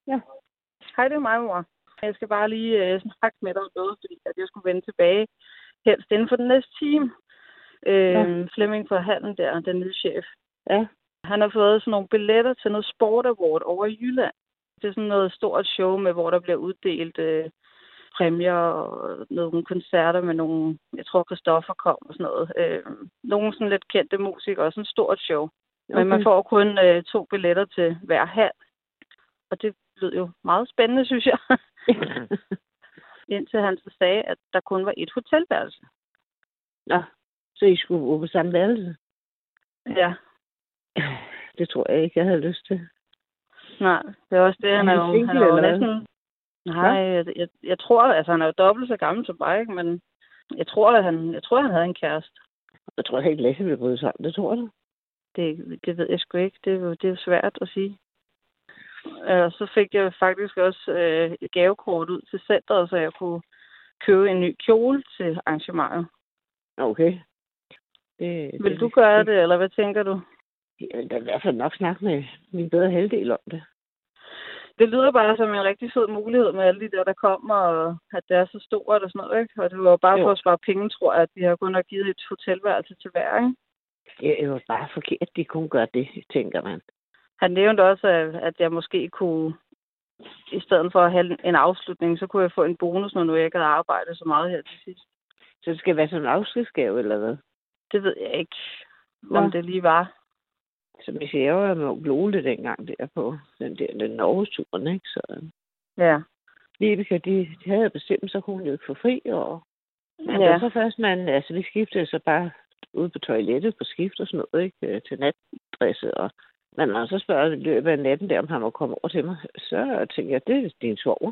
Ja. Hej, det er mig, mor. Jeg skal bare lige snakke med dig om noget, fordi at jeg skulle vende tilbage helst inden for den næste time. Flemming fra Hallen der, den nye chef. Ja. Han har fået sådan nogle billetter til noget sport award over i Jylland. Det er sådan noget stort show med, hvor der bliver uddelt præmier og nogle koncerter med nogle, jeg tror Christoffer kom og sådan noget. Nogle sådan lidt kendte musikere, sådan et stort show. Okay. Men man får kun 2 billetter til hver hal. Og det lød jo meget spændende, synes jeg. Indtil han så sagde, at der kun var 1 hotelværelse. Nå, så I skulle bo på samme værelse? Ja. Det tror jeg ikke, jeg havde lyst til. Nej, det er også det, han er jo næsten... Nej, jeg tror, altså han er jo dobbelt så gammel som mig, ikke? Men jeg tror, han havde en kæreste. Jeg tror ikke, Lasse ville bryde sammen, det tror du? Det ved jeg sgu ikke. Det er jo svært at sige. Så fik jeg faktisk også et gavekort ud til centret, så jeg kunne købe en ny kjole til arrangementet. Okay. Vil du gøre det, eller hvad tænker du? Jeg vil da i hvert fald nok snakke med min bedre halvdel om det. Det lyder bare som en rigtig fed mulighed med alle de der kommer, og at det er så stort og sådan noget, ikke? Og det var bare for at spare penge, tror jeg, at de har kun har givet et hotelværelse til hver, ikke? Det er jo bare forkert, at de kunne gøre det, tænker man. Han nævnte også, at jeg måske kunne, i stedet for at have en afslutning, så kunne jeg få en bonus, når nu jeg ikke havde arbejdet så meget her til sidst. Så det skal være sådan en afskedsgave, eller hvad? Det ved jeg ikke, om det lige var. Så hvis jeg var med onkel Ole dengang der på den Norges-turen, ikke? Så ja. Vibeke, de havde bestemt, så kunne hun jo ikke få fri, og men det var så først, vi skiftede så bare ude på toilettet på skift og sådan noget, ikke? Til natdresset, og men når så spørger i løbet af natten der, om han må komme over til mig, så tænker jeg, det er din svoger.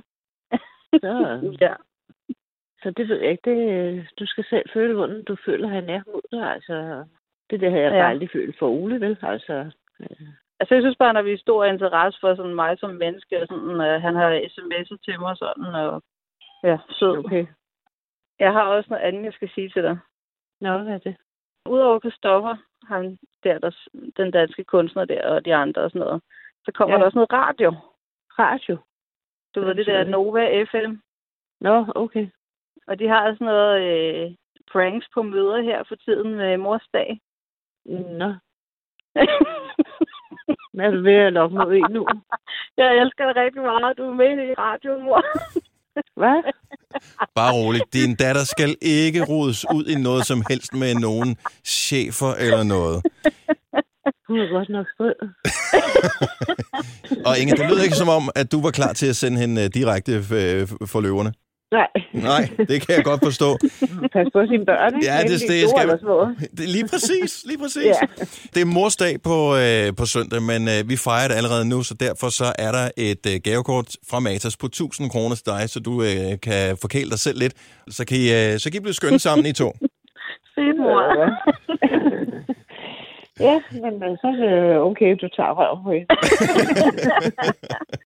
Så det ved jeg ikke. Du skal selv føle, hvordan du føler, han er mod dig. Altså, det havde jeg bare aldrig følt for Ole, vel? Altså, jeg synes bare, når vi er stor interesse for sådan mig som menneske, og sådan, han har sms'et til mig sådan, og sød. Okay. Jeg har også noget andet, jeg skal sige til dig. Nå, hvad er det? Udover Christoffer, han der, den danske kunstner der, og de andre og sådan noget, så kommer der også noget radio. Radio? Du ved, det der Nova FM. Nå, okay. Og de har sådan noget pranks på møder her for tiden med mors dag. Nå. Hvad er du ved at lokke mig ud nu? Jeg elsker det rigtig meget. Du er med i radioen, mor. Hvad? Bare roligt. Din datter skal ikke rodes ud i noget som helst med nogen chefer eller noget. Hun er godt nok sprød. Og Inge, det lød ikke som om, at du var klar til at sende hende direkte for løverne. Nej, det kan jeg godt forstå. Pas på sine børn, ikke? Ja, det skal det. Lige præcis. Ja. Det er morsdag på søndag, men vi fejrer det allerede nu, så derfor så er der et gavekort fra Matas på 1.000 kroner til dig, så du kan forkæle dig selv lidt. Så kan I blive skønne sammen i 2. Fint, mor. Ja, men så er det okay, du tager røv på hende.